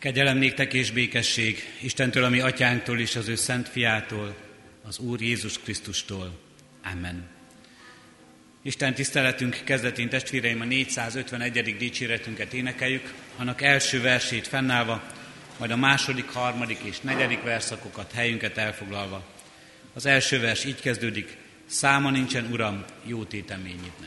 Kegyelem néktek és békesség Istentől, a mi atyánktól és az ő szent fiától, az Úr Jézus Krisztustól. Amen. Isten tiszteletünk kezdetén, testvéreim, a 451. dicséretünket énekeljük, annak első versét fennállva, majd a második, harmadik és negyedik verszakokat, helyünket elfoglalva. Az első vers így kezdődik: száma nincsen, Uram, jó téteményednek.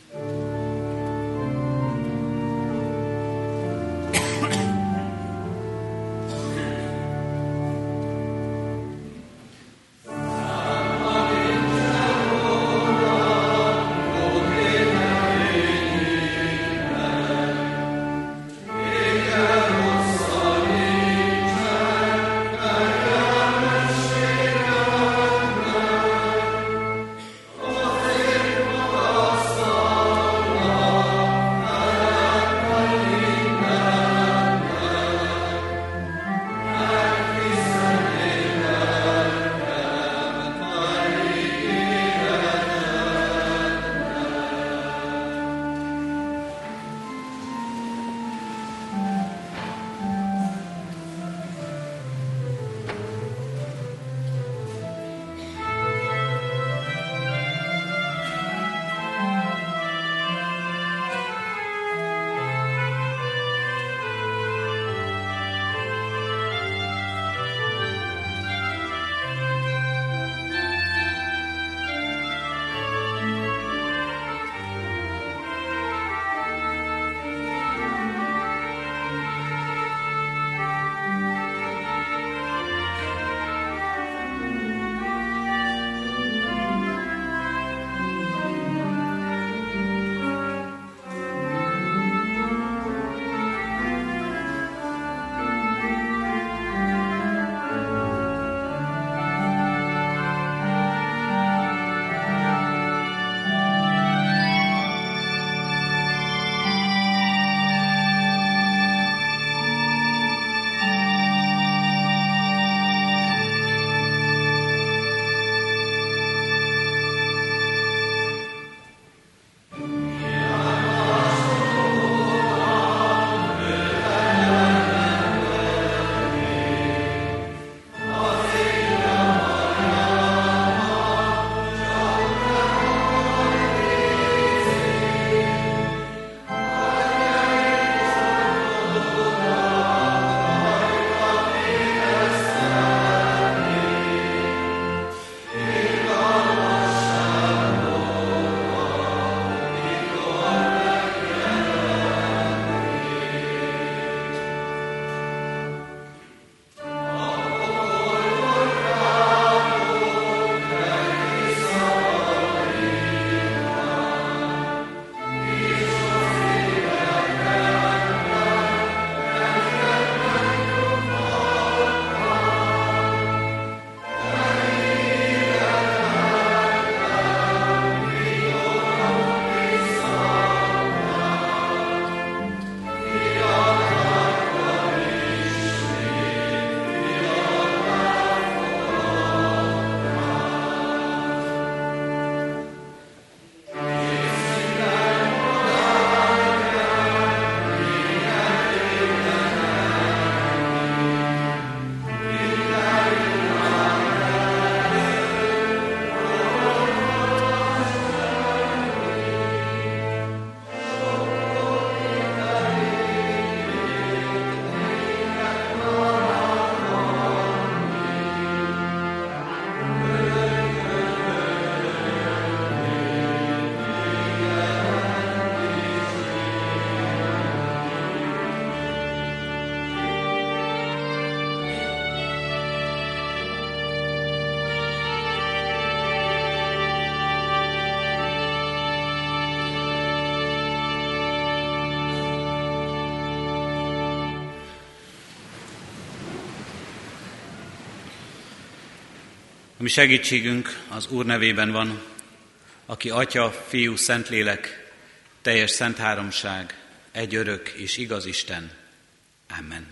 A mi segítségünk az Úr nevében van, aki Atya, Fiú, Szentlélek, teljes szent háromság, egy örök és igaz Isten. Amen.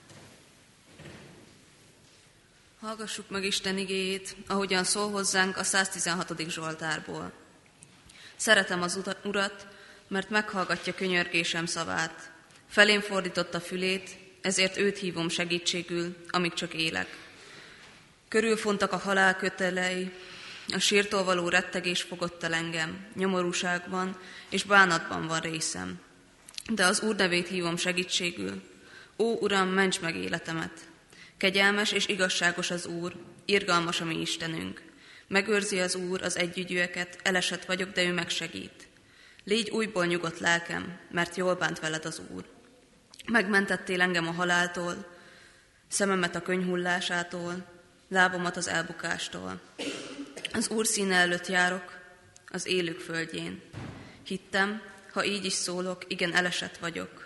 Hallgassuk meg Isten igéjét, ahogyan szól hozzánk a 116. Zsoltárból. Szeretem az Urat, mert meghallgatja könyörgésem szavát. Felém fordította fülét, ezért őt hívom segítségül, amíg csak élek. Körülfontak a halál kötelei, a sírtól való rettegés fogott el engem, nyomorúságban és bánatban van részem. De az Úr nevét hívom segítségül. Ó, Uram, ments meg életemet! Kegyelmes és igazságos az Úr, irgalmas a mi Istenünk. Megőrzi az Úr az együgyűeket, elesett vagyok, de ő megsegít. Légy újból nyugodt lelkem, mert jól bánt veled az Úr. Megmentettél engem a haláltól, szememet a könyhullásától, lábamat az elbukástól. Az Úr színe előtt járok, az élők földjén. Hittem, ha így is szólok, igen, elesett vagyok.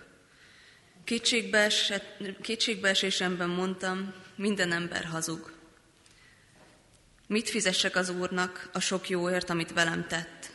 Kétségbeesésemben mondtam, minden ember hazug. Mit fizessek az Úrnak a sok jóért, amit velem tett?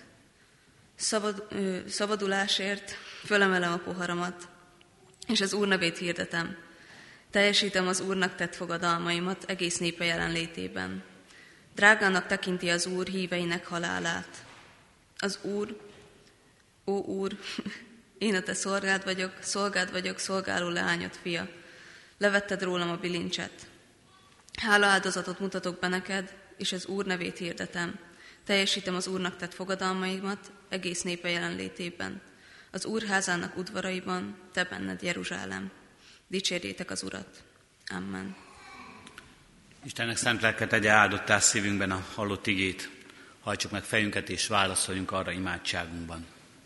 Szabadulásért fölemelem a poharamat, és az Úr nevét hirdetem. Teljesítem az Úrnak tett fogadalmaimat egész népe jelenlétében. Drágának tekinti az Úr híveinek halálát. Az Úr, ó Úr, én a te szolgád vagyok, szolgáló leányod fia. Levetted rólam a bilincset. Hálaáldozatot mutatok be neked, és az Úr nevét hirdetem. Teljesítem az Úrnak tett fogadalmaimat egész népe jelenlétében. Az Úr házának udvaraiban, te benned Jeruzsálem. Dicsérjétek az Urat. Amen. Istennek szent lelke tegye áldottá szívünkben a hallott igét. Hajtsuk meg fejünket és válaszoljunk arra imádságunkban.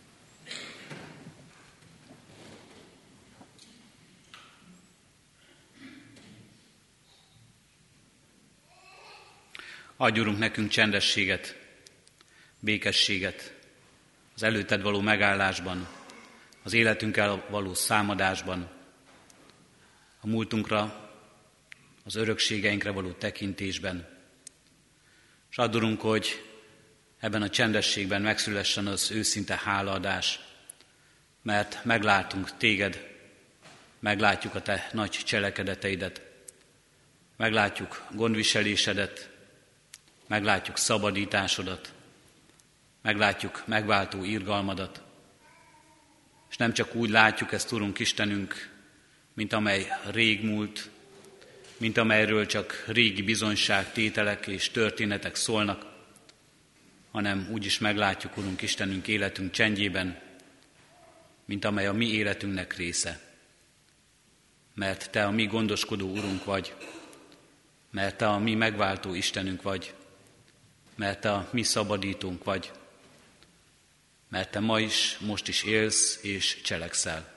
Adj, Urunk, nekünk csendességet, békességet az előtted való megállásban, az életünkkel való számadásban, a múltunkra, az örökségeinkre való tekintésben. És add, Urunk, hogy ebben a csendességben megszülessen az őszinte hálaadás, mert meglátunk téged, meglátjuk a te nagy cselekedeteidet, meglátjuk gondviselésedet, meglátjuk szabadításodat, meglátjuk megváltó irgalmadat, és nem csak úgy látjuk ezt, Urunk Istenünk, mint amely rég múlt, mint amelyről csak régi bizonyságtételek és történetek szólnak, hanem úgy is meglátjuk, Urunk Istenünk, életünk csendjében, mint amely a mi életünknek része. Mert te a mi gondoskodó Urunk vagy, mert te a mi megváltó Istenünk vagy, mert te a mi szabadítónk vagy, mert te ma is, most is élsz és cselekszel.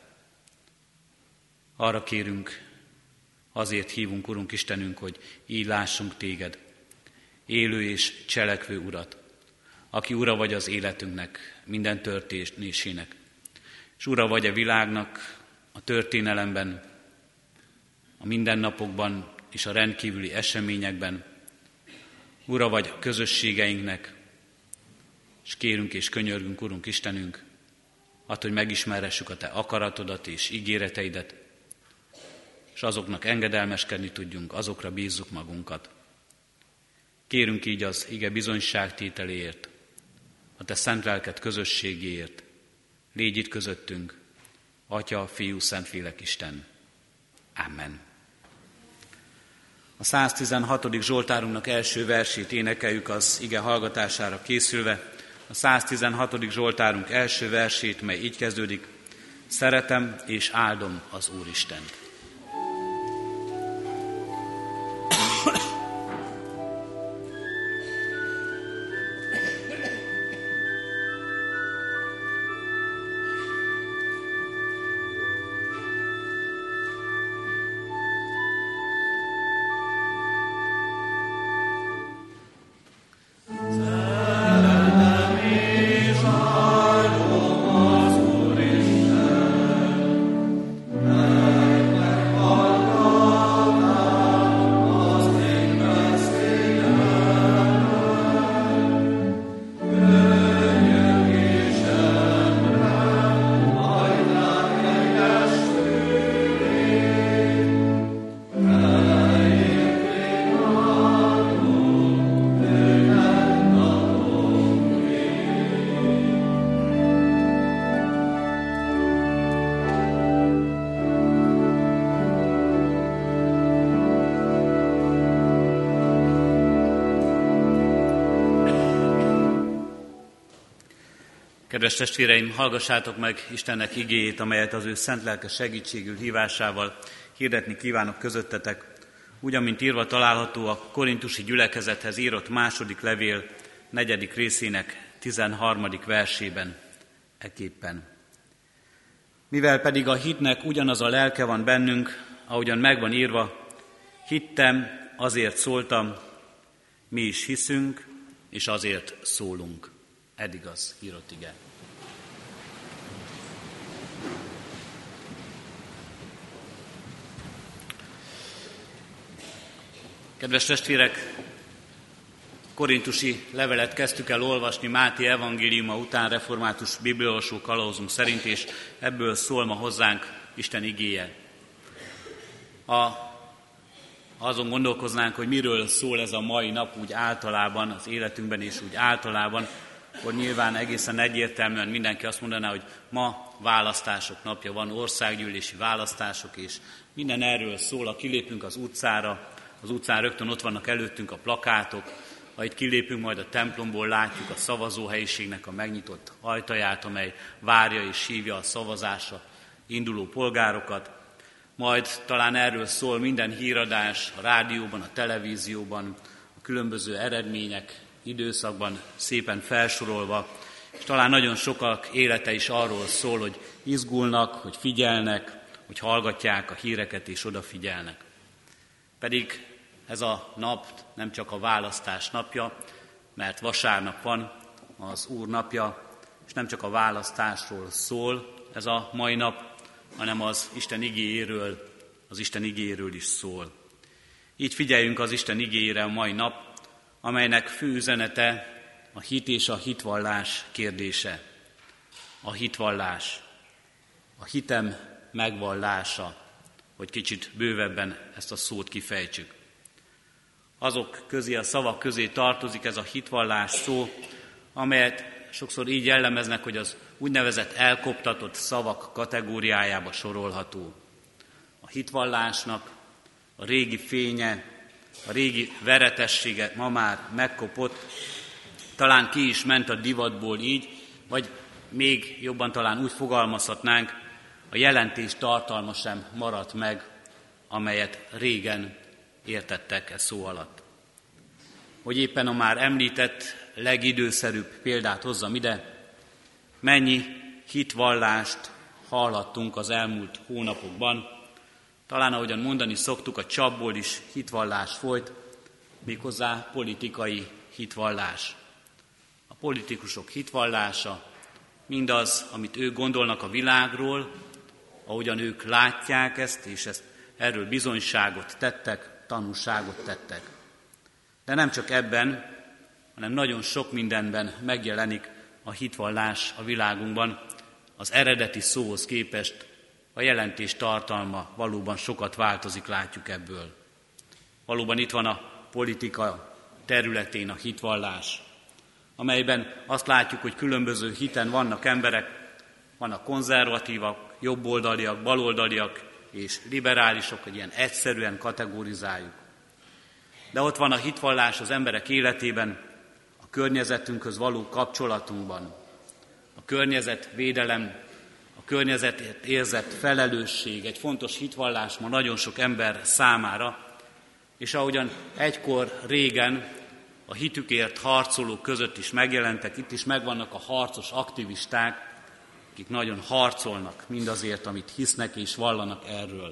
Arra kérünk, azért hívunk, Urunk Istenünk, hogy így lássunk téged, élő és cselekvő Urat, aki ura vagy az életünknek, minden történésének, és ura vagy a világnak, a történelemben, a mindennapokban és a rendkívüli eseményekben, ura vagy a közösségeinknek, és kérünk és könyörgünk, Urunk Istenünk, attól, hogy megismerhessük a te akaratodat és ígéreteidet, és azoknak engedelmeskedni tudjunk, azokra bízzuk magunkat. Kérünk így az ige bizonyságtételéért, a te szent lelked közösségéért. Légy itt közöttünk, Atya, Fiú, Szentlélek, Isten. Amen. A 116. Zsoltárunknak első versét énekeljük az ige hallgatására készülve. A 116. Zsoltárunk első versét, mely így kezdődik: Szeretem és áldom az Úristent. Amen. Kedves testvéreim, hallgassátok meg Istennek igéjét, amelyet az ő szent lelke segítségül hívásával hirdetni kívánok közöttetek, úgy, amint írva található a korintusi gyülekezethez írott második levél 4. részének 13. versében, ekképpen. Mivel pedig a hitnek ugyanaz a lelke van bennünk, ahogyan megvan írva, hittem, azért szóltam, mi is hiszünk, és azért szólunk. Eddig az írott ige. Kedves testvérek, korintusi levelet kezdtük el olvasni Máté evangéliuma után református bibliaolvasó kalauzunk szerint, és ebből szól ma hozzánk Isten igéje. Azon gondolkoznánk, hogy miről szól ez a mai nap úgy általában, az életünkben és úgy általában, akkor nyilván egészen egyértelműen mindenki azt mondaná, hogy ma választások napja van, országgyűlési választások, és minden erről szól, ha kilépünk az utcára, az utcán rögtön ott vannak előttünk a plakátok, ha itt kilépünk majd a templomból, látjuk a szavazóhelyiségnek a megnyitott ajtaját, amely várja és hívja a szavazásra induló polgárokat. Majd talán erről szól minden híradás a rádióban, a televízióban, a különböző eredmények időszakban szépen felsorolva, és talán nagyon sokak élete is arról szól, hogy izgulnak, hogy figyelnek, hogy hallgatják a híreket és odafigyelnek. Pedig ez a nap nem csak a választás napja, mert vasárnap van az Úr napja, és nem csak a választásról szól ez a mai nap, hanem az Isten igéjéről is szól. Így figyeljünk az Isten igéjére a mai nap, amelynek fő üzenete a hit és a hitvallás kérdése. A hitvallás, a hitem megvallása, hogy kicsit bővebben ezt a szót kifejtsük. Azok közé, a szavak közé tartozik ez a hitvallás szó, amelyet sokszor így jellemeznek, hogy az úgynevezett elkoptatott szavak kategóriájába sorolható. A hitvallásnak a régi fénye, a régi veretessége ma már megkopott, talán ki is ment a divatból így, vagy még jobban talán úgy fogalmazhatnánk, a jelentés tartalma sem maradt meg, amelyet régen értettek e szó alatt. Hogy éppen a már említett legidőszerűbb példát hozzam ide, mennyi hitvallást hallhattunk az elmúlt hónapokban, talán ahogyan mondani szoktuk, a csapból is hitvallás folyt, méghozzá politikai hitvallás. A politikusok hitvallása, mindaz, amit ők gondolnak a világról, ahogyan ők látják ezt, és erről bizonyságot tettek, tanúságot tettek. De nem csak ebben, hanem nagyon sok mindenben megjelenik a hitvallás a világunkban. Az eredeti szóhoz képest a jelentés tartalma valóban sokat változik, látjuk ebből. Valóban itt van a politika területén a hitvallás, amelyben azt látjuk, hogy különböző hiten vannak emberek, vannak konzervatívak, jobboldaliak, baloldaliak és liberálisok, hogy ilyen egyszerűen kategorizáljuk. De ott van a hitvallás az emberek életében, a környezetünkhöz való kapcsolatunkban, a környezetvédelem, a környezetért érzett felelősség, egy fontos hitvallás ma nagyon sok ember számára, és ahogyan egykor régen a hitükért harcolók között is megjelentek, itt is megvannak a harcos aktivisták, akik nagyon harcolnak mindazért, amit hisznek és vallanak erről.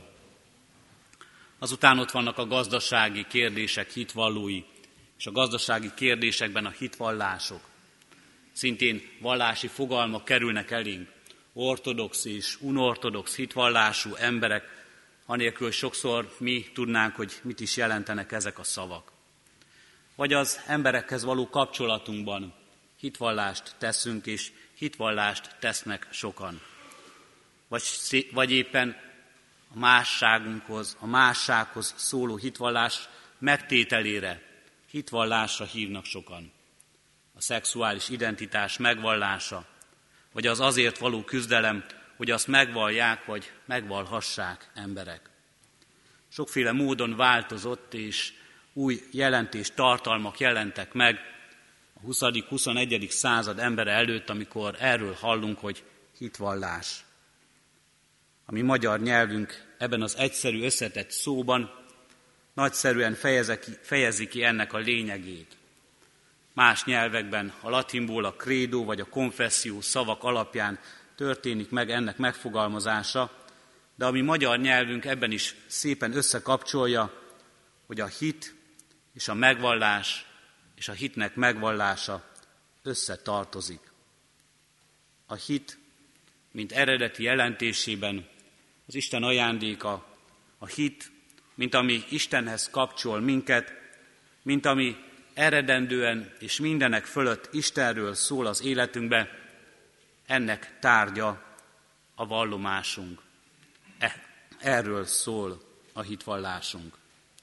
Azután ott vannak a gazdasági kérdések hitvallói, és a gazdasági kérdésekben a hitvallások. Szintén vallási fogalmak kerülnek elénk, ortodox és unortodox hitvallású emberek, anélkül sokszor mi tudnánk, hogy mit is jelentenek ezek a szavak. Vagy az emberekhez való kapcsolatunkban hitvallást teszünk, és hitvallást tesznek sokan. Vagy éppen a másságunkhoz, a mássághoz szóló hitvallás megtételére, hitvallásra hívnak sokan. A szexuális identitás megvallása, vagy az azért való küzdelem, hogy azt megvallják, vagy megvallhassák emberek. Sokféle módon változott, és új jelentés tartalmak jelentek meg, a 20.-21. század embere előtt, amikor erről hallunk, hogy hitvallás. A mi magyar nyelvünk ebben az egyszerű összetett szóban nagyszerűen fejezi ki ennek a lényegét. Más nyelvekben a latinból a credo vagy a confessio szavak alapján történik meg ennek megfogalmazása, de a mi magyar nyelvünk ebben is szépen összekapcsolja, hogy a hit és a megvallás és a hitnek megvallása összetartozik. A hit, mint eredeti jelentésében az Isten ajándéka, a hit, mint ami Istenhez kapcsol minket, mint ami eredendően és mindenek fölött Istenről szól az életünkbe, ennek tárgya a vallomásunk. Erről szól a hitvallásunk.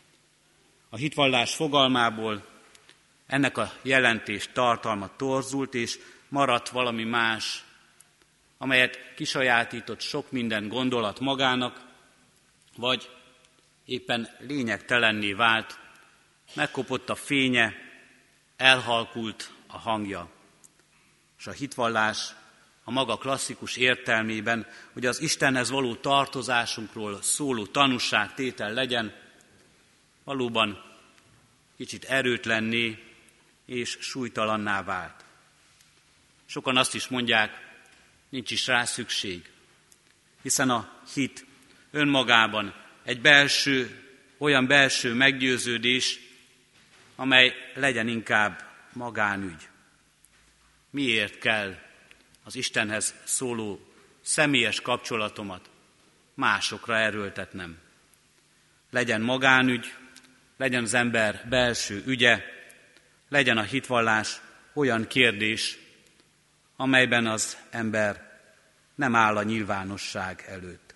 A hitvallás fogalmából ennek a jelentés tartalma torzult, és maradt valami más, amelyet kisajátított sok minden gondolat magának, vagy éppen lényegtelenné vált, megkopott a fénye, elhalkult a hangja. És a hitvallás a maga klasszikus értelmében, hogy az Istenhez való tartozásunkról szóló tanúságtétel legyen, valóban kicsit erőtlenné és súlytalanná vált. Sokan azt is mondják, nincs is rá szükség, hiszen a hit önmagában egy olyan belső meggyőződés, amely legyen inkább magánügy. Miért kell az Istenhez szóló személyes kapcsolatomat másokra erőltetnem? Legyen magánügy, legyen az ember belső ügye, legyen a hitvallás olyan kérdés, amelyben az ember nem áll a nyilvánosság előtt.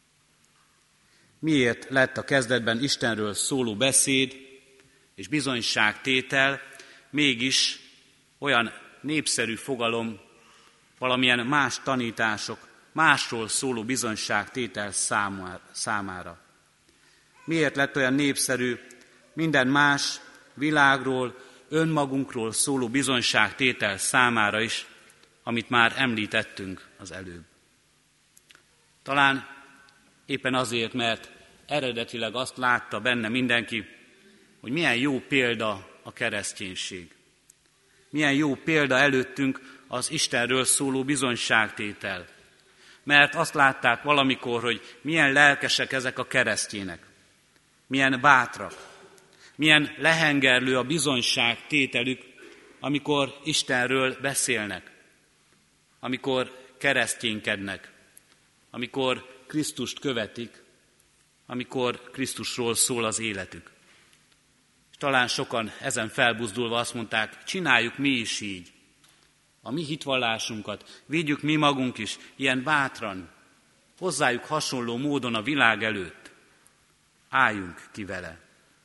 Miért lett a kezdetben Istenről szóló beszéd és bizonyságtétel mégis olyan népszerű fogalom, valamilyen más tanítások, másról szóló bizonyságtétel számára? Miért lett olyan népszerű minden más világról, önmagunkról szóló bizonyságtétel számára is, amit már említettünk az előbb? Talán éppen azért, mert eredetileg azt látta benne mindenki, hogy milyen jó példa a kereszténység. Milyen jó példa előttünk az Istenről szóló bizonyságtétel. Mert azt látták valamikor, hogy milyen lelkesek ezek a keresztjének. Milyen bátrak. Milyen lehengerlő a bizonyságtételük, amikor Istenről beszélnek. Amikor kereszténykednek. Amikor Krisztust követik. Amikor Krisztusról szól az életük. És talán sokan ezen felbuzdulva azt mondták, csináljuk mi is így. A mi hitvallásunkat vigyük mi magunk is ilyen bátran, hozzájuk hasonló módon a világ előtt. Álljunk ki vele.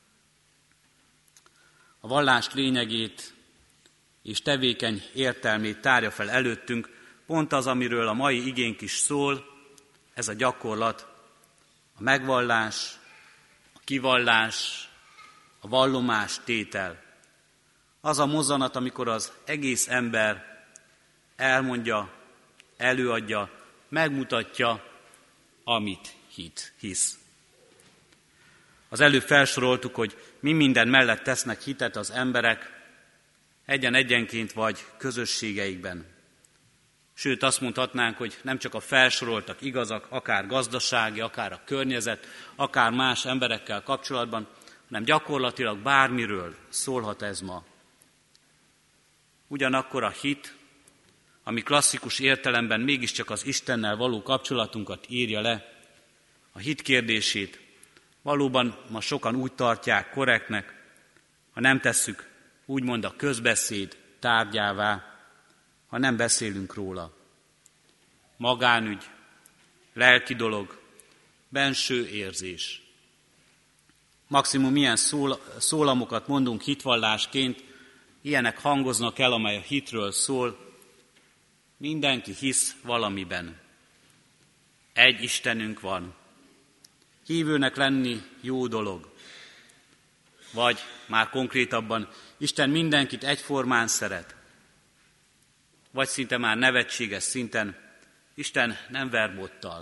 A vallás lényegét és tevékeny értelmét tárja fel előttünk, pont az, amiről a mai igénk is szól, ez a gyakorlat, a megvallás, a kivallás, a vallomás tétel. Az a mozzanat, amikor az egész ember elmondja, előadja, megmutatja, amit hisz. Az előbb felsoroltuk, hogy mi minden mellett tesznek hitet az emberek, egyenként vagy közösségeikben. Sőt, azt mondhatnánk, hogy nem csak a felsoroltak igazak, akár gazdasági, akár a környezet, akár más emberekkel kapcsolatban, hanem gyakorlatilag bármiről szólhat ez ma. Ugyanakkor a hit, ami klasszikus értelemben mégiscsak az Istennel való kapcsolatunkat írja le, a hit kérdését valóban ma sokan úgy tartják korrektnek, ha nem tesszük úgymond a közbeszéd tárgyává, ha nem beszélünk róla. Magánügy, lelki dolog, benső érzés. Maximum milyen szólamokat mondunk hitvallásként, ilyenek hangoznak el, amely a hitről szól. Mindenki hisz valamiben. Egy Istenünk van. Hívőnek lenni jó dolog. vagy már konkrétabban Isten mindenkit egyformán szeret, vagy szinte már nevetséges szinten Isten nem ver bottal.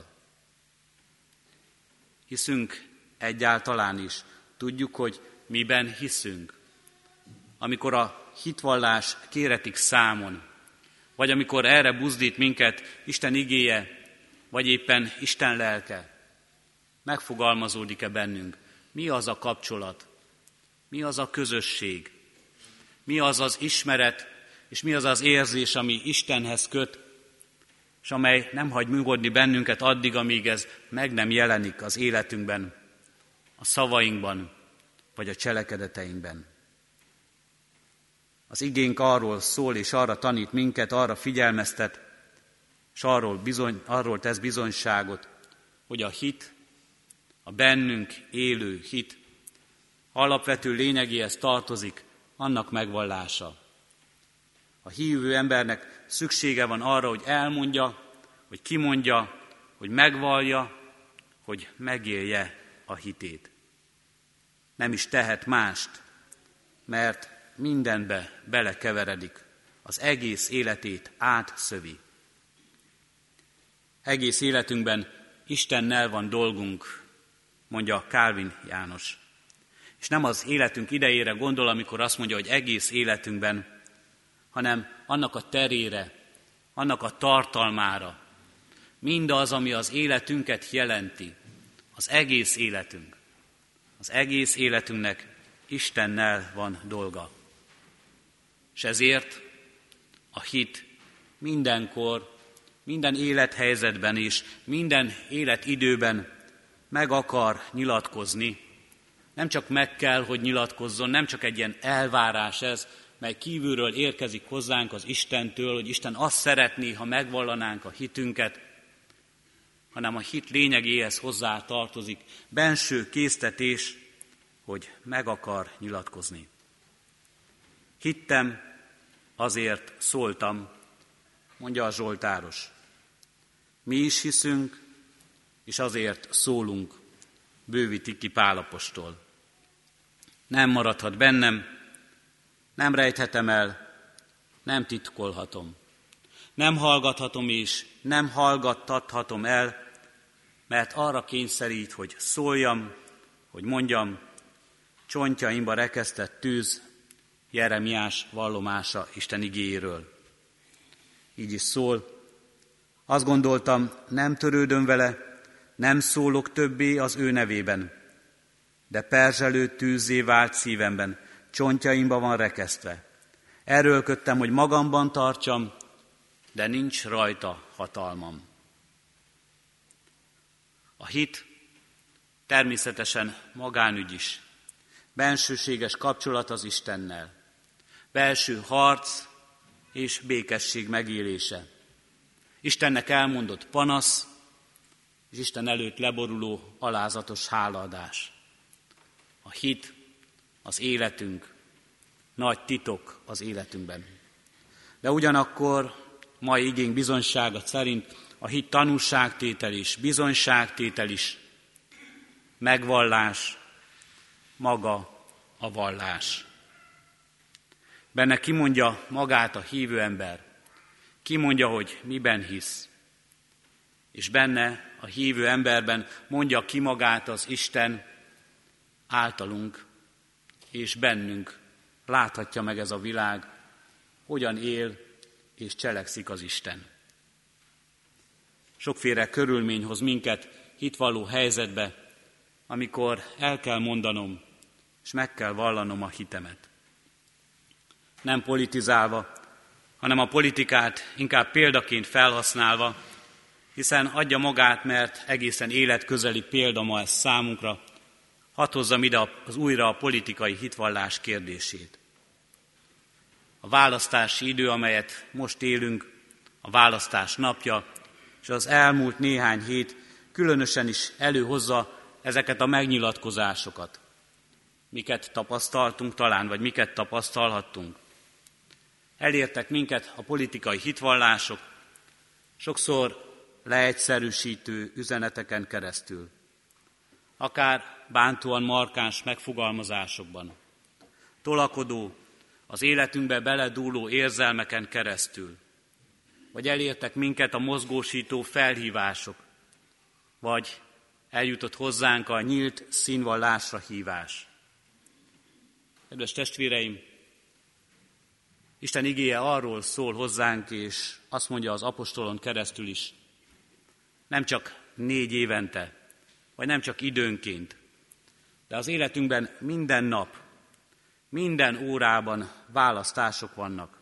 Hiszünk egyáltalán is, tudjuk, hogy miben hiszünk. Amikor a hitvallás kéretik számon, vagy amikor erre buzdít minket Isten igéje, vagy éppen Isten lelke, megfogalmazódik-e bennünk, mi az a kapcsolat, mi az a közösség, mi az az ismeret, és mi az az érzés, ami Istenhez köt, és amely nem hagy nyugodni bennünket addig, amíg ez meg nem jelenik az életünkben, a szavainkban, vagy a cselekedeteinkben. Az igénk arról szól, és arra tanít minket, arra figyelmeztet, és arról tesz bizonyságot, hogy a hit, a bennünk élő hit alapvető lényegéhez tartozik annak megvallása. A hívő embernek szüksége van arra, hogy elmondja, hogy kimondja, hogy megvallja, hogy megélje a hitét. Nem is tehet mást, mert mindenbe belekeveredik, az egész életét átszövi. Egész életünkben Istennel van dolgunk, mondja Calvin János. És nem az életünk idejére gondol, amikor azt mondja, hogy egész életünkben, hanem annak a terére, annak a tartalmára. Mindaz, ami az életünket jelenti, az egész életünk. Az egész életünknek Istennel van dolga. És ezért a hit mindenkor, minden élethelyzetben és minden életidőben meg akar nyilatkozni. Nem csak meg kell, hogy nyilatkozzon, nem csak egy ilyen elvárás ez, mely kívülről érkezik hozzánk az Istentől, hogy Isten azt szeretné, ha megvallanánk a hitünket, hanem a hit lényegéhez hozzá tartozik benső késztetés, hogy meg akar nyilatkozni. Hittem, azért szóltam, mondja a zsoltáros. Mi is hiszünk, és azért szólunk, bővíti ki Pál apostol. Nem maradhat bennem, nem rejthetem el, nem titkolhatom. Nem hallgathatom és nem hallgattathatom el, mert arra kényszerít, hogy szóljam, hogy mondjam, csontjaimba rekesztett tűz, Jeremiás vallomása Isten igéjéről. Így is szól. Azt gondoltam, nem törődöm vele, nem szólok többé az ő nevében, de perzselő tűzzé vált szívemben, csontjaimba van rekesztve. Erőlködtem, hogy magamban tartsam, de nincs rajta hatalmam. A hit természetesen magánügy is, bensőséges kapcsolat az Istennel, belső harc és békesség megélése. Istennek elmondott panasz, és Isten előtt leboruló alázatos hálaadás. A hit az életünk, nagy titok az életünkben. De ugyanakkor mai igénk bizonysága szerint a hit tanúságtétel is, bizonyságtétel is, megvallás, maga a vallás. Benne kimondja magát a hívő ember, kimondja, hogy miben hisz, és benne a hívő emberben mondja ki magát az Isten általunk, és bennünk láthatja meg ez a világ, hogyan él és cselekszik az Isten. Sokféle körülmény hoz minket hitvalló helyzetbe, amikor el kell mondanom, és meg kell vallanom a hitemet. Nem politizálva, hanem a politikát inkább példaként felhasználva, hiszen adja magát, mert egészen életközeli példa ma ez számunkra, hadd hozzam ide újra a politikai hitvallás kérdését. A választási idő, amelyet most élünk, a választás napja, és az elmúlt néhány hét különösen is előhozza ezeket a megnyilatkozásokat. Miket tapasztaltunk talán, vagy miket tapasztalhattunk. Elértek minket a politikai hitvallások, sokszor leegyszerűsítő üzeneteken keresztül. Akár bántóan markáns megfogalmazásokban. Tolakodó, az életünkbe beledúló érzelmeken keresztül. Vagy elértek minket a mozgósító felhívások, vagy eljutott hozzánk a nyílt színvallásra hívás. Kedves testvéreim, Isten igéje arról szól hozzánk, és azt mondja az apostolon keresztül is, nem csak 4 évente, vagy nem csak időnként, de az életünkben minden nap, minden órában választások vannak.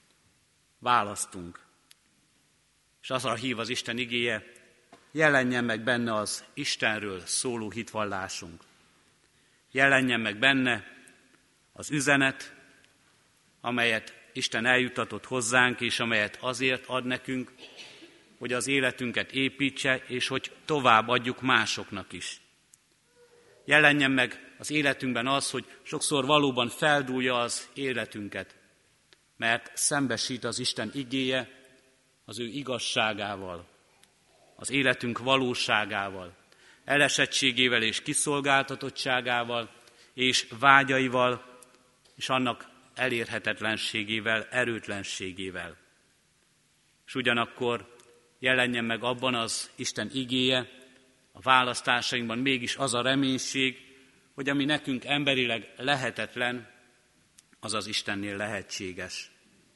Választunk. És azra hív az Isten igéje, jelenjen meg benne az Istenről szóló hitvallásunk. Jelenjen meg benne az üzenet, amelyet Isten eljutatott hozzánk, és amelyet azért ad nekünk, hogy az életünket építse, és hogy tovább adjuk másoknak is. Jelenjen meg az életünkben az, hogy sokszor valóban feldúlja az életünket, mert szembesít az Isten igéje az ő igazságával, az életünk valóságával, elesettségével és kiszolgáltatottságával, és vágyaival, és annak elérhetetlenségével, erőtlenségével. És ugyanakkor jelenjen meg abban az Isten igéje, a választásainkban mégis az a reménység, hogy ami nekünk emberileg lehetetlen, az az Istennél lehetséges.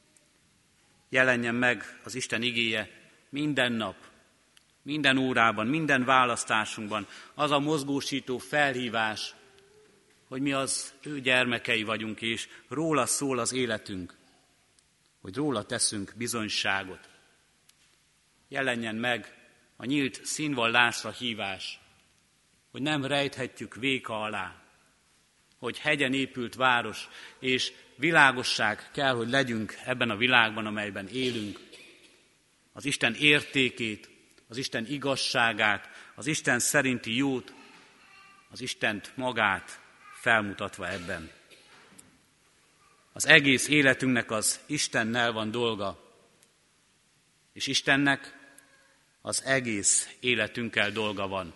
Jelenjen meg az Isten igéje minden nap, minden órában, minden választásunkban, az a mozgósító felhívás, hogy mi az ő gyermekei vagyunk, és róla szól az életünk, hogy róla teszünk bizonyságot. Jelenjen meg a nyílt színvallásra hívás, hogy nem rejthetjük véka alá, hogy hegyen épült város, és világosság kell, hogy legyünk ebben a világban, amelyben élünk. Az Isten értékét, az Isten igazságát, az Isten szerinti jót, az Istent magát felmutatva ebben. Az egész életünknek az Istennel van dolga, és Istennek az egész életünkkel dolga van.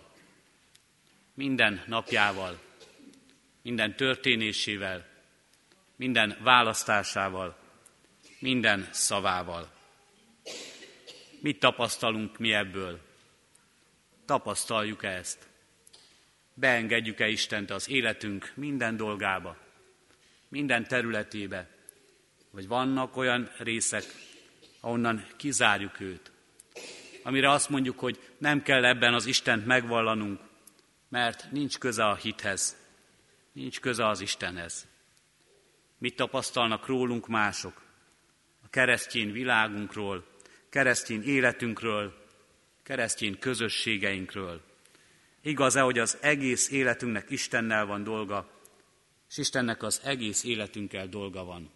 Minden napjával, minden történésével, minden választásával, minden szavával. Mit tapasztalunk mi ebből? Tapasztaljuk ezt? Beengedjük-e Istent az életünk minden dolgába, minden területébe? Vagy vannak olyan részek, ahonnan kizárjuk őt, amire azt mondjuk, hogy nem kell ebben az Istent megvallanunk, mert nincs köze a hithez, nincs köze az Istenhez. Mit tapasztalnak rólunk mások? A keresztény világunkról, keresztény életünkről, keresztény közösségeinkről. Igaz-e, hogy az egész életünknek Istennel van dolga, és Istennek az egész életünkkel dolga van?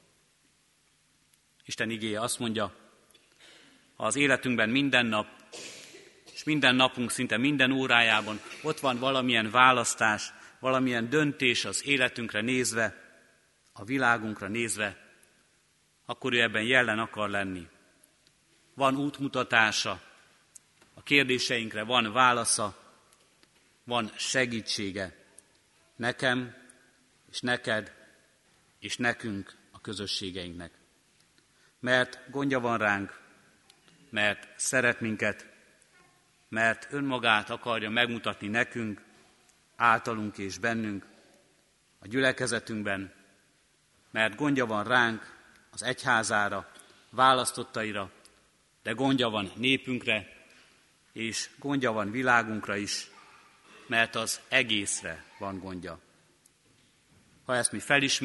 Isten igéje azt mondja, ha az életünkben minden nap, és minden napunk szinte minden órájában ott van valamilyen választás, valamilyen döntés az életünkre nézve, a világunkra nézve, akkor ő ebben jelen akar lenni. Van útmutatása, a kérdéseinkre van válasza, van segítsége nekem, és neked, és nekünk, a közösségeinknek. Mert gondja van ránk, mert szeret minket, mert önmagát akarja megmutatni nekünk, általunk és bennünk, a gyülekezetünkben, mert gondja van ránk, az egyházára, választottaira, de gondja van népünkre, és gondja van világunkra is, mert az egészre van gondja. Ha ezt mi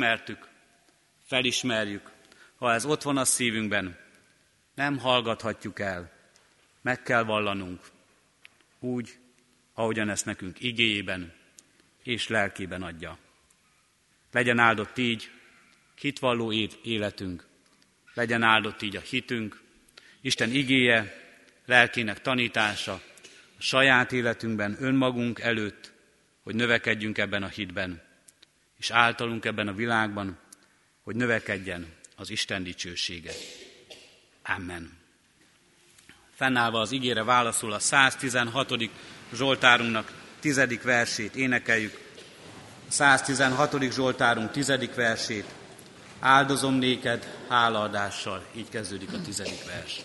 felismerjük, ha ez ott van a szívünkben, nem hallgathatjuk el, meg kell vallanunk, úgy, ahogyan ezt nekünk igéjében és lelkében adja. Legyen áldott így hitvalló életünk, legyen áldott így a hitünk, Isten igéje, lelkének tanítása a saját életünkben, önmagunk előtt, hogy növekedjünk ebben a hitben, és általunk ebben a világban, hogy növekedjen az Isten dicsősége. Amen. Fennállva az igére válaszul a 116. Zsoltárunknak 10. versét énekeljük. A 116. Zsoltárunk 10. versét. Áldozom néked hálaadással. Így kezdődik a 10. vers.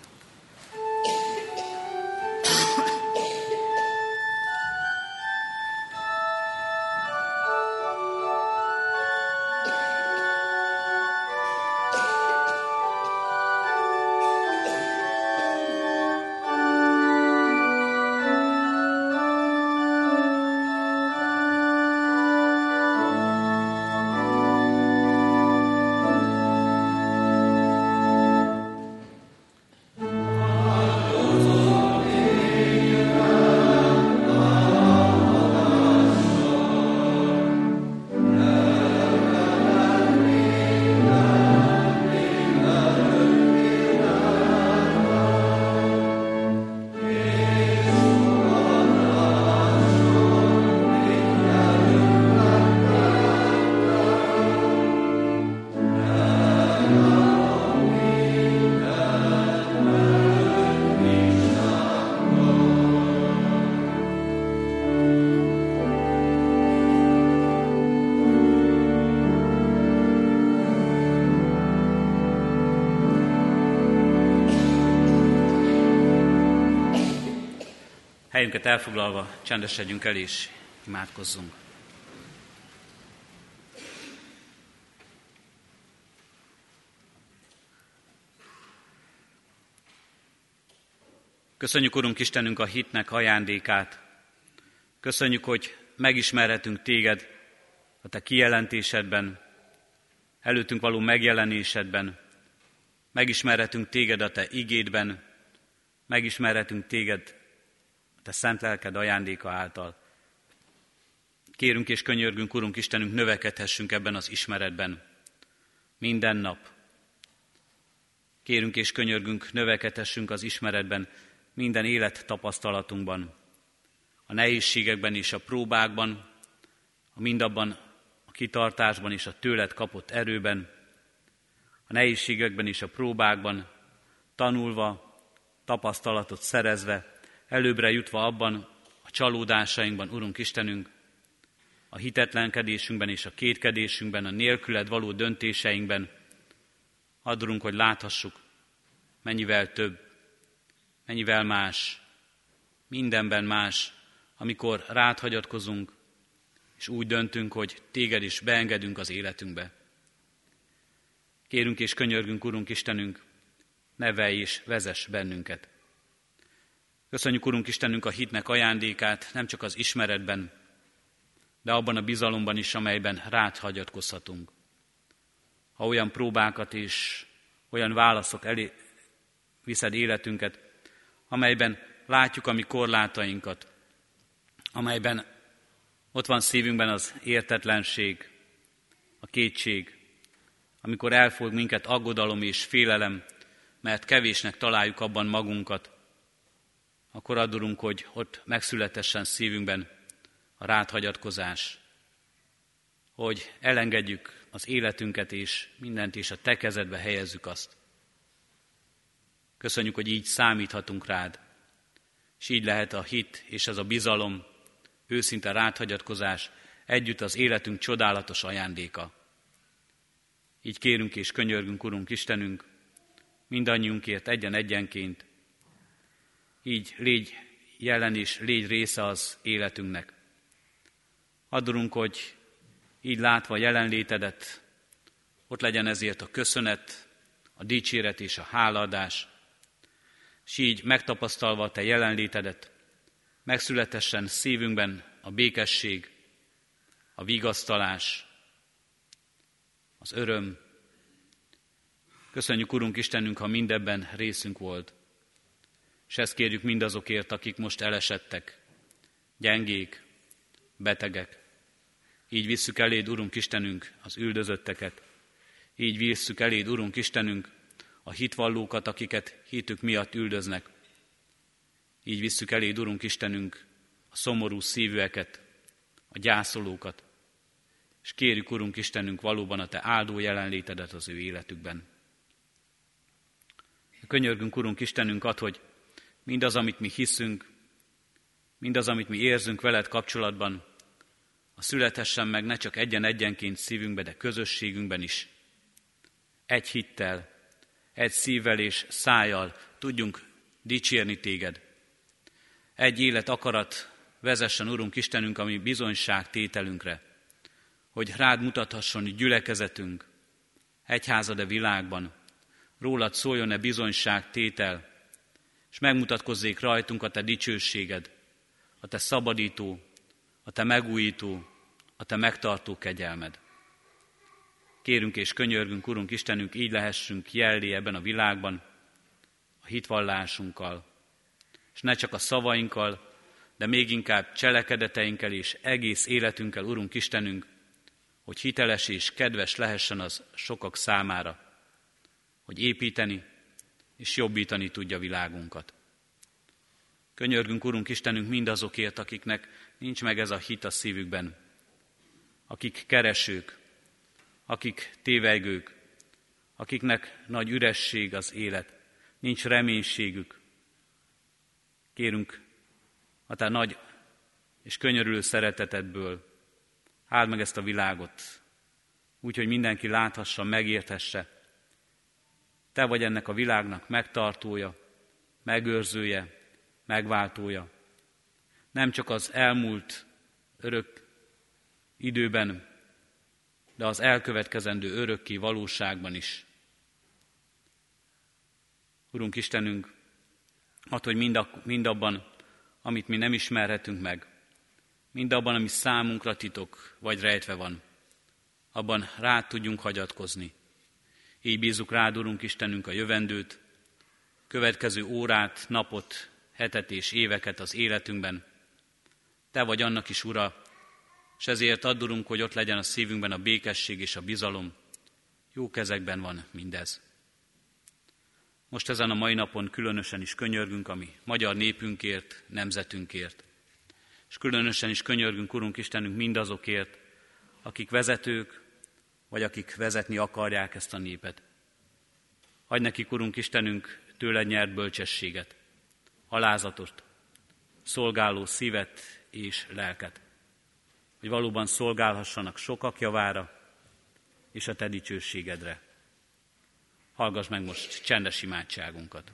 Helyünket elfoglalva csendesedjünk el és imádkozzunk. Köszönjük, Urunk Istenünk, a hitnek ajándékát. Köszönjük, hogy megismerhetünk Téged a Te kijelentésedben, előttünk való megjelenésedben. Megismerhetünk Téged a Te igédben, megismerhetünk Téged Te szent lelked ajándéka által. Kérünk és könyörgünk, Urunk Istenünk, növekedhessünk ebben az ismeretben. Minden nap. Kérünk és könyörgünk, növekedhessünk az ismeretben, minden élettapasztalatunkban. A nehézségekben és a próbákban, mindabban a kitartásban és a tőled kapott erőben, a nehézségekben és a próbákban, tanulva, tapasztalatot szerezve, előbbre jutva abban a csalódásainkban, Urunk Istenünk, a hitetlenkedésünkben és a kétkedésünkben, a nélküled való döntéseinkben, add, Urunk, hogy láthassuk, mennyivel több, mennyivel más, mindenben más, amikor rád hagyatkozunk, és úgy döntünk, hogy téged is beengedünk az életünkbe. Kérünk és könyörgünk, Urunk Istenünk, nevelj és vezess bennünket. Köszönjük, Urunk Istenünk, a hitnek ajándékát, nem csak az ismeretben, de abban a bizalomban is, amelyben rád hagyatkozhatunk. Ha olyan próbákat és olyan válaszok elé viszed életünket, amelyben látjuk a mi korlátainkat, amelyben ott van szívünkben az értetlenség, a kétség, amikor elfog minket aggodalom és félelem, mert kevésnek találjuk abban magunkat, akkor add, Urunk, hogy ott megszületessen szívünkben a rád hagyatkozás, hogy elengedjük az életünket és mindent is a te kezedbe helyezzük azt. Köszönjük, hogy így számíthatunk rád, és így lehet a hit és az a bizalom, őszinte rád hagyatkozás együtt az életünk csodálatos ajándéka. Így kérünk és könyörgünk, Urunk Istenünk, mindannyiunkért egyen-egyenként, így légy jelen és légy része az életünknek. Add, Urunk, hogy így látva jelenlétedet, ott legyen ezért a köszönet, a dicséret és a hálaadás, és így megtapasztalva a te jelenlétedet, megszületessen szívünkben a békesség, a vigasztalás, az öröm. Köszönjük, Urunk Istenünk, ha mindebben részünk volt. És ezt kérjük mindazokért, akik most elesettek, gyengék, betegek. Így visszük eléd, Urunk Istenünk, az üldözötteket. Így visszük eléd, Urunk Istenünk, a hitvallókat, akiket hitük miatt üldöznek. Így visszük eléd, Urunk Istenünk, a szomorú szívűeket, a gyászolókat. És kérjük, Urunk Istenünk, valóban a te áldó jelenlétedet az ő életükben. Könyörgünk, Urunk Istenünk, add, hogy mindaz, amit mi hiszünk, mindaz, amit mi érzünk veled kapcsolatban, a születhessen meg ne csak egyen-egyenként szívünkbe, de közösségünkben is. Egy hittel, egy szívvel és szájjal tudjunk dicsérni téged. Egy élet akarat vezessen, Urunk Istenünk, ami bizonyságtételünkre, hogy rád mutathasson gyülekezetünk, egyházad a világban, rólad szóljon-e bizonyságtétel, és megmutatkozzék rajtunk a te dicsőséged, a te szabadító, a te megújító, a te megtartó kegyelmed. Kérünk és könyörgünk, Urunk Istenünk, így lehessünk jellé ebben a világban, a hitvallásunkkal, és ne csak a szavainkkal, de még inkább cselekedeteinkkel és egész életünkkel, Urunk Istenünk, hogy hiteles és kedves lehessen az sokak számára, hogy építeni és jobbítani tudja világunkat. Könyörgünk, Urunk Istenünk, mindazokért, akiknek nincs meg ez a hit a szívükben, akik keresők, akik tévegők, akiknek nagy üresség az élet, nincs reménységük. Kérünk a te nagy és könyörülő szeretetedből, áld meg ezt a világot, úgy, hogy mindenki láthassa, megérthesse. Te vagy ennek a világnak megtartója, megőrzője, megváltója. Nem csak az elmúlt örök időben, de az elkövetkezendő örökké valóságban is. Urunk Istenünk, add, hogy mindabban, amit mi nem ismerhetünk meg, mindabban, ami számunkra titok vagy rejtve van, abban rád tudjunk hagyatkozni. Így bízzuk rád, Urunk Istenünk, a jövendőt, következő órát, napot, hetet és éveket az életünkben. Te vagy annak is, Ura, és ezért add, Urunk, hogy ott legyen a szívünkben a békesség és a bizalom. Jó kezekben van mindez. Most ezen a mai napon különösen is könyörgünk a mi magyar népünkért, nemzetünkért. És különösen is könyörgünk, Urunk Istenünk, mindazokért, akik vezetők, vagy akik vezetni akarják ezt a népet. Adj nekik, Urunk Istenünk, tőled nyert bölcsességet, alázatot, szolgáló szívet és lelket, hogy valóban szolgálhassanak sokak javára és a te dicsőségedre. Hallgass meg most csendes imádságunkat.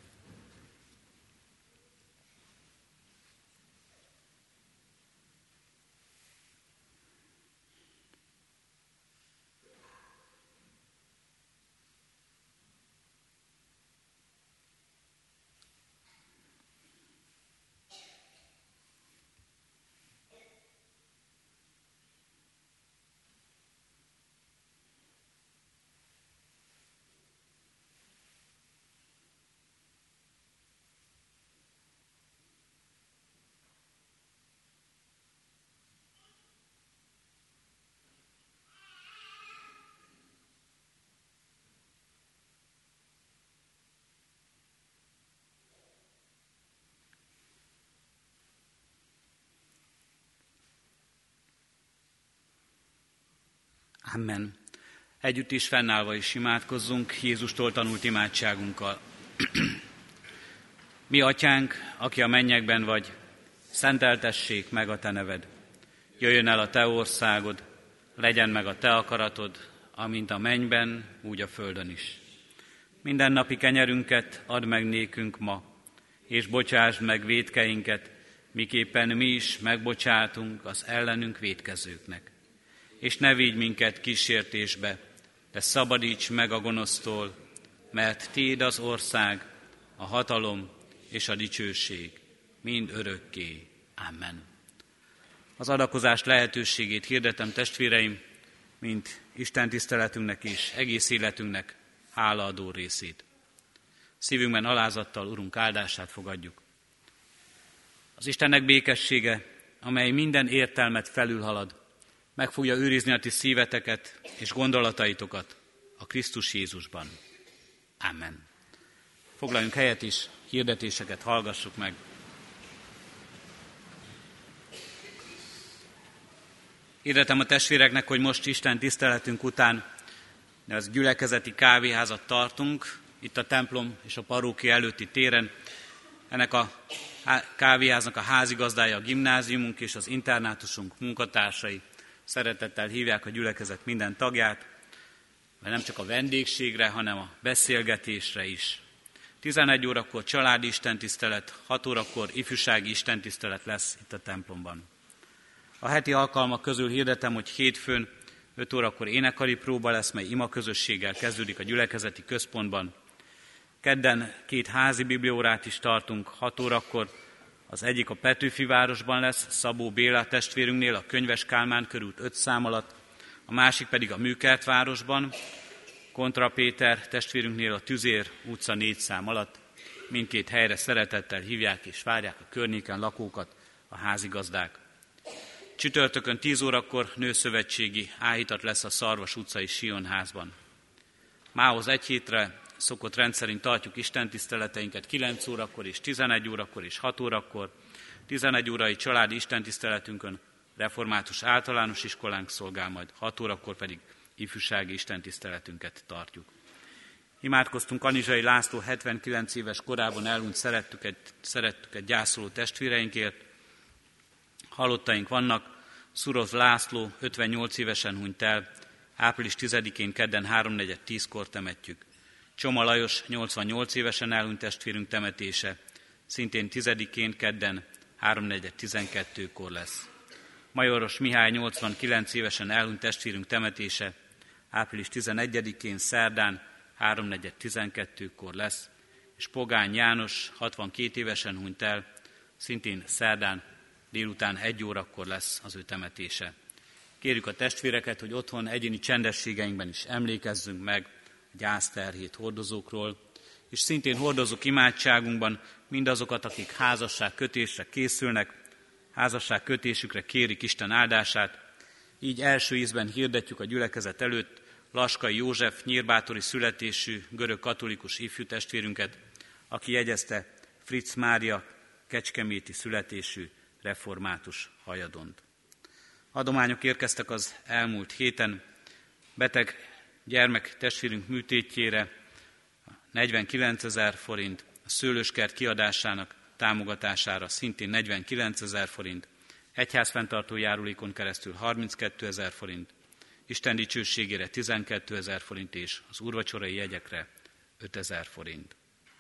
Amen. Együtt is fennállva is imádkozzunk Jézustól tanult imádságunkkal. Mi atyánk, aki a mennyekben vagy, szenteltessék meg a te neved. Jöjjön el a te országod, legyen meg a te akaratod, amint a mennyben, úgy a földön is. Minden napi kenyerünket add meg nékünk ma, és bocsásd meg vétkeinket, miképpen mi is megbocsátunk az ellenünk vétkezőknek. És ne vigy minket kísértésbe, de szabadíts meg a gonosztól, mert tiéd az ország, a hatalom és a dicsőség, mind örökké. Amen. Az adakozás lehetőségét hirdetem, testvéreim, mint Isten tiszteletünknek és egész életünknek hálaadó részét. Szívünkben alázattal Urunk áldását fogadjuk. Az Istennek békessége, amely minden értelmet felülhalad, meg fogja őrizni a ti szíveteket és gondolataitokat a Krisztus Jézusban. Amen. Foglaljunk helyet is, hirdetéseket hallgassuk meg. Hirdetem a testvéreknek, hogy most Isten tiszteletünk után az gyülekezeti kávéházat tartunk, itt a templom és a parókia előtti téren. Ennek a kávéháznak a házigazdája a gimnáziumunk és az internátusunk munkatársai. Szeretettel hívják a gyülekezet minden tagját, mert nem csak a vendégségre, hanem a beszélgetésre is. 11 órakor családi istentisztelet, 6 órakor ifjúsági istentisztelet lesz itt a templomban. A heti alkalmak közül hirdetem, hogy hétfőn 5 órakor énekari próba lesz, mely imaközösséggel kezdődik a gyülekezeti központban. Kedden 2 házi bibliaórát is tartunk, 6 órakor. Az egyik a Petőfi városban lesz, Szabó Béla testvérünknél, a Könyves Kálmán körút 5 szám alatt, a másik pedig a Műkert városban, Kontra Péter testvérünknél a Tüzér utca 4 szám alatt. Mindkét helyre szeretettel hívják és várják a környéken lakókat a házigazdák. Csütörtökön 10 órakor nőszövetségi áhítat lesz a Szarvas utcai Sionházban. Mához egy hétre szokott rendszerint tartjuk istentiszteleteinket 9 órakor és 11 órakor és 6 órakor. 11 órai családi istentiszteletünkön református általános iskolánk szolgál, majd 6 órakor pedig ifjúsági istentiszteletünket tartjuk. Imádkoztunk Kanizsai László 79 éves korában elhunyt szerettüket gyászoló testvéreinkért. Halottaink vannak, Szuroz László 58 évesen hunyt el, április 10-én kedden 3:4-10-kor temetjük. Csoma Lajos 88 évesen elhunyt testvérünk temetése, szintén 10-én kedden 3:4-12-kor lesz. Majoros Mihály 89 évesen elhunyt testvérünk temetése, április 11-én szerdán 3:4-12-kor lesz, és Pogány János 62 évesen hunyt el, szintén szerdán délután 1 órakor lesz az ő temetése. Kérjük a testvéreket, hogy otthon egyéni csendességeinkben is emlékezzünk meg a gyászterhét hordozókról, és szintén hordozók imádságunkban mindazokat, akik házasságkötésre készülnek, házasságkötésükre kérik Isten áldását. Így első ízben hirdetjük a gyülekezet előtt Laskai József nyírbátori születésű görög katolikus ifjú testvérünket, aki jegyezte Fritz Mária kecskeméti születésű református hajadont. Adományok érkeztek az elmúlt héten. Beteg gyermek testvérünk műtétjére 49 000 forint, a szőlőskert kiadásának támogatására szintén 49 000 forint, egyházfenntartó járulékon keresztül 32 000 forint, Isten dicsőségére 12 000 forint és az úrvacsorai jegyekre 5 000 forint.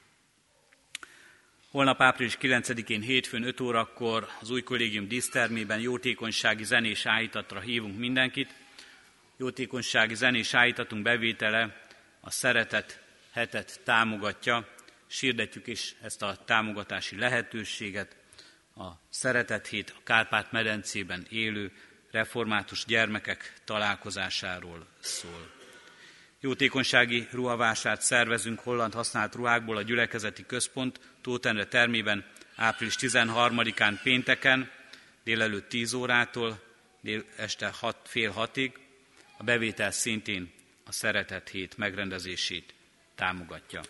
Holnap április 9-én hétfőn 5 órakor az új kollégium dísztermében jótékonysági zenés áhítatra hívunk mindenkit. Jótékonysági zenés áhítatunk bevétele a Szeretet hetet támogatja, és hirdetjük is ezt a támogatási lehetőséget. A Szeretet hét a Kárpát-medencében élő református gyermekek találkozásáról szól. Jótékonysági ruhavásárt szervezünk holland használt ruhákból a gyülekezeti központ Tóth-Endre termében április 13-án pénteken délelőtt 10 órától este fél 6-ig. A bevétel szintén a Szeretet hét megrendezését támogatja.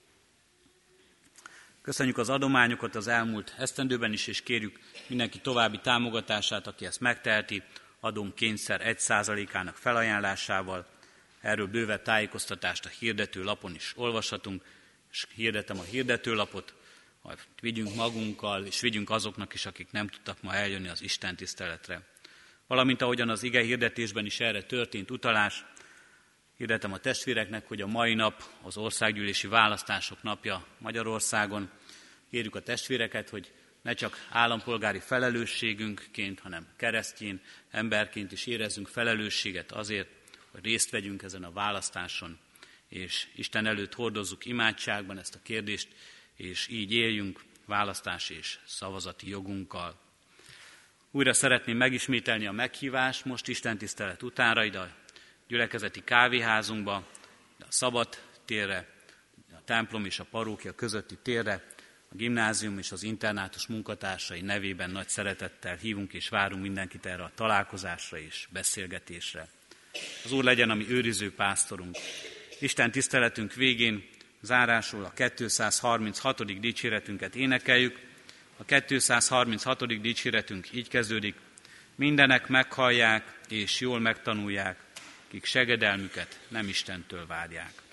Köszönjük az adományokat az elmúlt esztendőben is, és kérjük mindenki további támogatását, aki ezt megteheti, adónkényszer 1%-ának felajánlásával. Erről bővebb tájékoztatást a hirdetőlapon is olvashatunk, és hirdetem a hirdetőlapot, majd vigyünk magunkkal, és vigyünk azoknak is, akik nem tudtak ma eljönni az istentiszteletre. Valamint ahogyan az ige hirdetésben is erre történt utalás, hirdetem a testvéreknek, hogy a mai nap az országgyűlési választások napja Magyarországon. Kérjük a testvéreket, hogy ne csak állampolgári felelősségünkként, hanem keresztény emberként is érezzünk felelősséget azért, hogy részt vegyünk ezen a választáson, és Isten előtt hordozzuk imádságban ezt a kérdést, és így éljünk választási és szavazati jogunkkal. Újra szeretném megismételni a meghívást most istentisztelet utánra ide a gyülekezeti kávéházunkba, a szabad térre, a templom és a parókia közötti térre, a gimnázium és az internátus munkatársai nevében nagy szeretettel hívunk és várunk mindenkit erre a találkozásra és beszélgetésre. Az Úr legyen a mi őriző pásztorunk. Isten tiszteletünk végén zárásul a 236. dicséretünket énekeljük. A 236. dicséretünk így kezdődik. Mindenek meghallják és jól megtanulják, kik segedelmüket nem Istentől várják.